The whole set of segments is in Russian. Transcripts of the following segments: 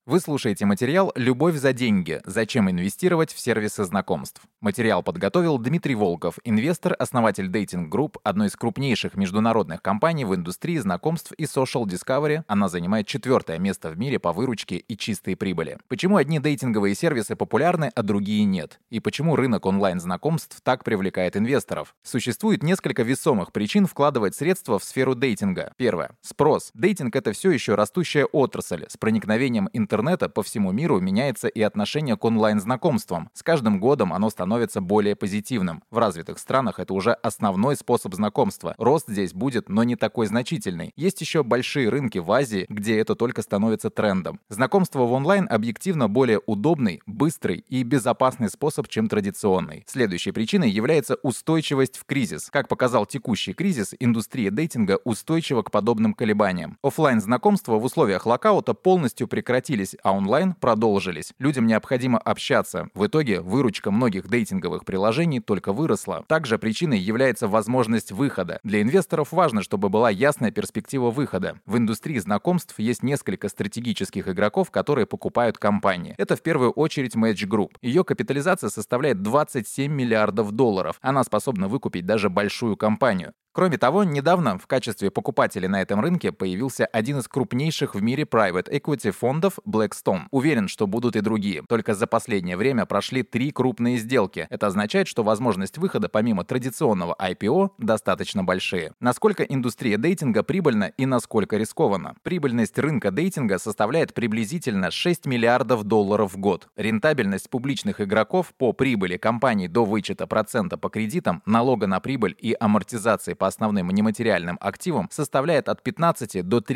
Вы слушаете материал «Любовь за деньги. Зачем инвестировать в сервисы знакомств?». Материал подготовил Дмитрий Волков, инвестор, основатель Dating Group, одной из крупнейших международных компаний в индустрии знакомств и social discovery. Она занимает 4-е место в мире по выручке и чистой прибыли. Почему одни дейтинговые сервисы популярны, а другие нет? И почему рынок онлайн-знакомств так привлекает инвесторов? Существует несколько весомых причин вкладывать средства в сферу дейтинга. Первое. Спрос. Дейтинг — это все еще растущая отрасль. С проникновением интернета по всему миру меняется и отношение к онлайн-знакомствам. С каждым годом оно становится более позитивным. В развитых странах это уже основной способ знакомства. Рост здесь будет, но не такой значительный. Есть еще большие рынки в Азии, где это только становится трендом. Знакомство в онлайн объективно более удобный, быстрый и безопасный способ, чем традиционный. Следующей причиной является устойчивость в кризис. Как показал текущий кризис, индустрия дейтинга устойчива к подобным колебаниям. Оффлайн-знакомства в условиях локаута полностью прекратились, а онлайн продолжились. Людям необходимо общаться. В итоге выручка многих дейтинговых приложений только выросла. Также причиной является возможность выхода. Для инвесторов важно, чтобы была ясная перспектива выхода. В индустрии знакомств есть несколько стратегических игроков, которые покупают компании. Это в первую очередь Match Group. Ее капитализация составляет $27 миллиардов. Она способна выкупить даже большую компанию. Кроме того, недавно в качестве покупателя на этом рынке появился один из крупнейших в мире private equity фондов Blackstone. Уверен, что будут и другие. Только за последнее время прошли 3 крупные сделки. Это означает, что возможность выхода помимо традиционного IPO достаточно большие. Насколько индустрия дейтинга прибыльна и насколько рискованна? Прибыльность рынка дейтинга составляет приблизительно $6 миллиардов в год. Рентабельность публичных игроков по прибыли компаний до вычета процента по кредитам, налога на прибыль и амортизации по основным нематериальным активам составляет от 15 до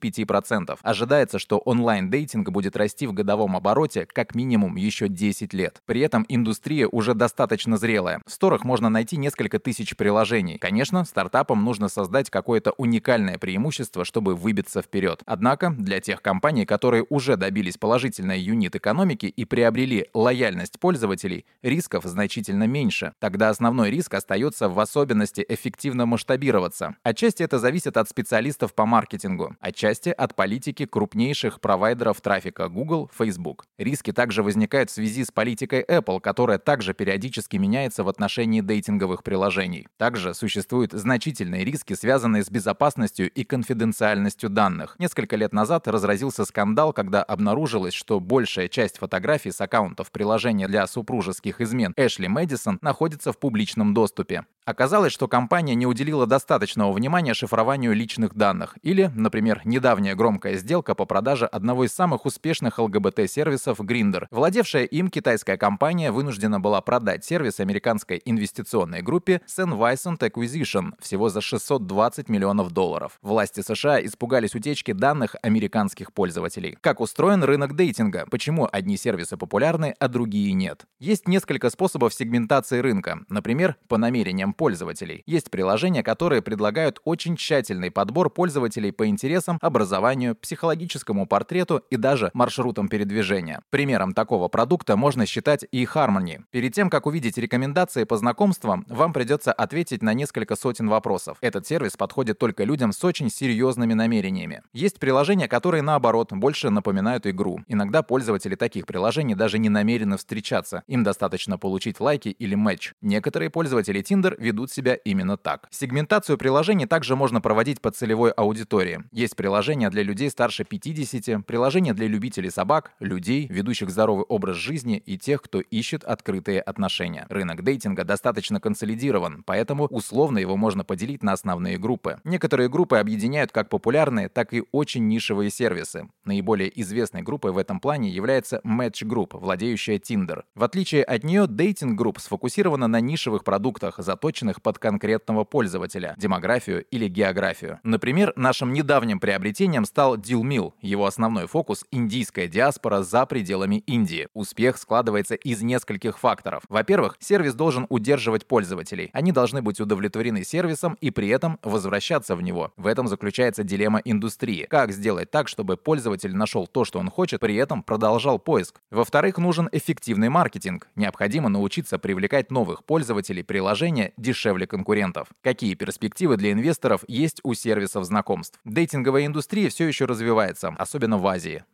35%. Ожидается, что онлайн-дейтинг будет расти в годовом обороте как минимум еще 10 лет. При этом индустрия уже достаточно зрелая. В сторах можно найти несколько тысяч приложений. Конечно, стартапам нужно создать какое-то уникальное преимущество, чтобы выбиться вперед. Однако, для тех компаний, которые уже добились положительной юнит-экономики и приобрели лояльность пользователей, рисков значительно меньше. Тогда основной риск остается в особенности эффективно масштабироваться. Отчасти это зависит от специалистов по маркетингу, отчасти от политики крупнейших провайдеров трафика Google, Facebook. Риски также возникают в связи с политикой Apple, которая также периодически меняется в отношении дейтинговых приложений. Также существуют значительные риски, связанные с безопасностью и конфиденциальностью данных. Несколько лет назад разразился скандал, когда обнаружилось, что большая часть фотографий с аккаунтов приложения для супружеских измен Эшли Мэдисон находится в публичном доступе. Оказалось, что компания не уделила достаточного внимания шифрованию личных данных. Или, например, недавняя громкая сделка по продаже одного из самых успешных ЛГБТ-сервисов Grindr. Владевшая им китайская компания вынуждена была продать сервис американской инвестиционной группе Sennvisant Acquisition всего за $620 миллионов. Власти США испугались утечки данных американских пользователей. Как устроен рынок дейтинга? Почему одни сервисы популярны, а другие нет? Есть несколько способов сегментации рынка. Например, по намерениям пользователей. Есть приложения, которые предлагают очень тщательный подбор пользователей по интересам, образованию, психологическому портрету и даже маршрутам передвижения. Примером такого продукта можно считать eHarmony. Перед тем, как увидеть рекомендации по знакомствам, вам придется ответить на несколько сотен вопросов. Этот сервис подходит только людям с очень серьезными намерениями. Есть приложения, которые, наоборот, больше напоминают игру. Иногда пользователи таких приложений даже не намерены встречаться. Им достаточно получить лайки или матч. Некоторые пользователи Tinder ведут себя именно так. Сегментацию приложений также можно проводить по целевой аудитории. Есть приложения для людей старше 50, приложения для любителей собак, людей, ведущих здоровый образ жизни и тех, кто ищет открытые отношения. Рынок дейтинга достаточно консолидирован, поэтому условно его можно поделить на основные группы. Некоторые группы объединяют как популярные, так и очень нишевые сервисы. Наиболее известной группой в этом плане является Match Group, владеющая Tinder. В отличие от нее, Dating Group сфокусирована на нишевых продуктах, заточенных под конкретного пользователя, демографию или географию. Например, нашим недавним приобретением стал DealMill. Его основной фокус — индийская диаспора за пределами Индии. Успех складывается из нескольких факторов. Во-первых, сервис должен удерживать пользователей. Они должны быть удовлетворены сервисом и при этом возвращаться в него. В этом заключается дилемма индустрии. Как сделать так, чтобы пользователь нашел то, что он хочет, при этом продолжал поиск? Во-вторых, нужен эффективный маркетинг. Необходимо научиться привлекать новых пользователей приложения дешевле конкурентов. Какие перспективы для инвесторов есть у сервисов знакомств? Дейтинговая индустрия все еще развивается, особенно в Азии.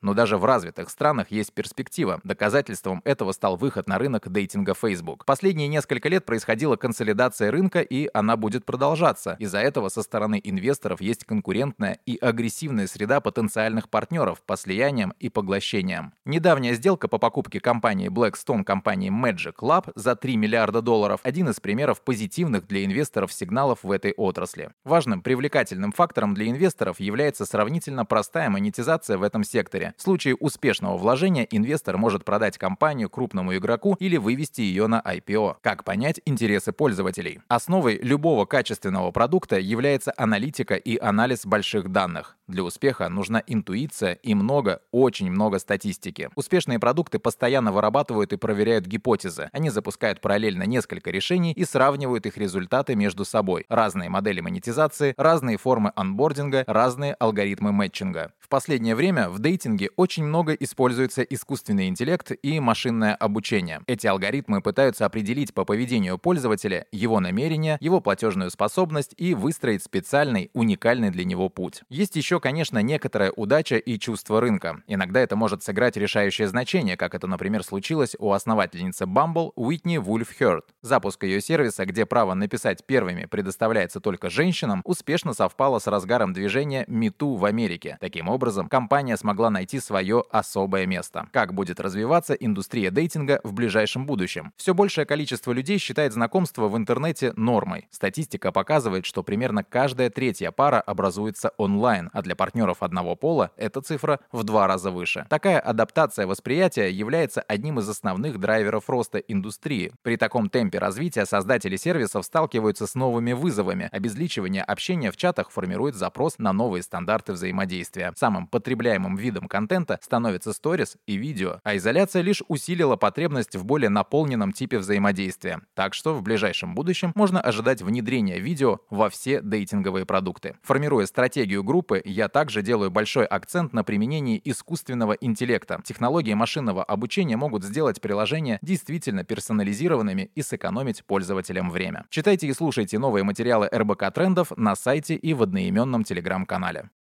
но даже в развитых странах есть перспектива. Доказательством этого стал выход на рынок дейтинга Facebook. Последние несколько лет происходила консолидация рынка, и она будет продолжаться. Из-за этого со стороны инвесторов есть конкурентная и агрессивная среда потенциальных партнеров по слияниям и поглощениям. Недавняя сделка по покупке компании Blackstone компании Magic Lab за $3 миллиарда – один из примеров позитивных для инвесторов сигналов в этой отрасли. Важным привлекательным фактором для инвесторов является сравнительно простая монетизация в этом секторе. В случае успешного вложения инвестор может продать компанию крупному игроку или вывести ее на IPO. Как понять интересы пользователей? Основой любого качественного продукта является аналитика и анализ больших данных. Для успеха нужна интуиция и очень много статистики. Успешные продукты постоянно вырабатывают и проверяют гипотезы. Они запускают параллельно несколько решений и сравнивают их результаты между собой. Разные модели монетизации, разные формы онбординга, разные алгоритмы мэтчинга. В последнее время в дейтинге очень много используется искусственный интеллект и машинное обучение. Эти алгоритмы пытаются определить по поведению пользователя его намерения, его платежную способность и выстроить специальный, уникальный для него путь. Есть еще, конечно, некоторая удача и чувство рынка. Иногда это может сыграть решающее значение, как это, например, случилось у основательницы Bumble Уитни Вульф Хёрд. Запуск ее сервиса, где право написать первыми предоставляется только женщинам, успешно совпало с разгаром движения Me Too в Америке. Таким образом, компания смогла найти свое особое место. Как будет развиваться индустрия дейтинга в ближайшем будущем? Все большее количество людей считает знакомство в интернете нормой. Статистика показывает, что примерно каждая третья пара образуется онлайн, а для партнеров одного пола эта цифра в 2 раза выше. Такая адаптация восприятия является одним из основных драйверов роста индустрии. При таком темпе развития создатели сервисов сталкиваются с новыми вызовами. Обезличивание общения в чатах формирует запрос на новые стандарты взаимодействия. Самым потребляемым видом контента становятся сторис и видео, а изоляция лишь усилила потребность в более наполненном типе взаимодействия. Так что в ближайшем будущем можно ожидать внедрения видео во все дейтинговые продукты. Формируя стратегию группы, я также делаю большой акцент на применении искусственного интеллекта. Технологии машинного обучения могут сделать приложения действительно персонализированными и сэкономить пользователям время. Читайте и слушайте новые материалы РБК Трендов на сайте и в одноименном телеграм-канале.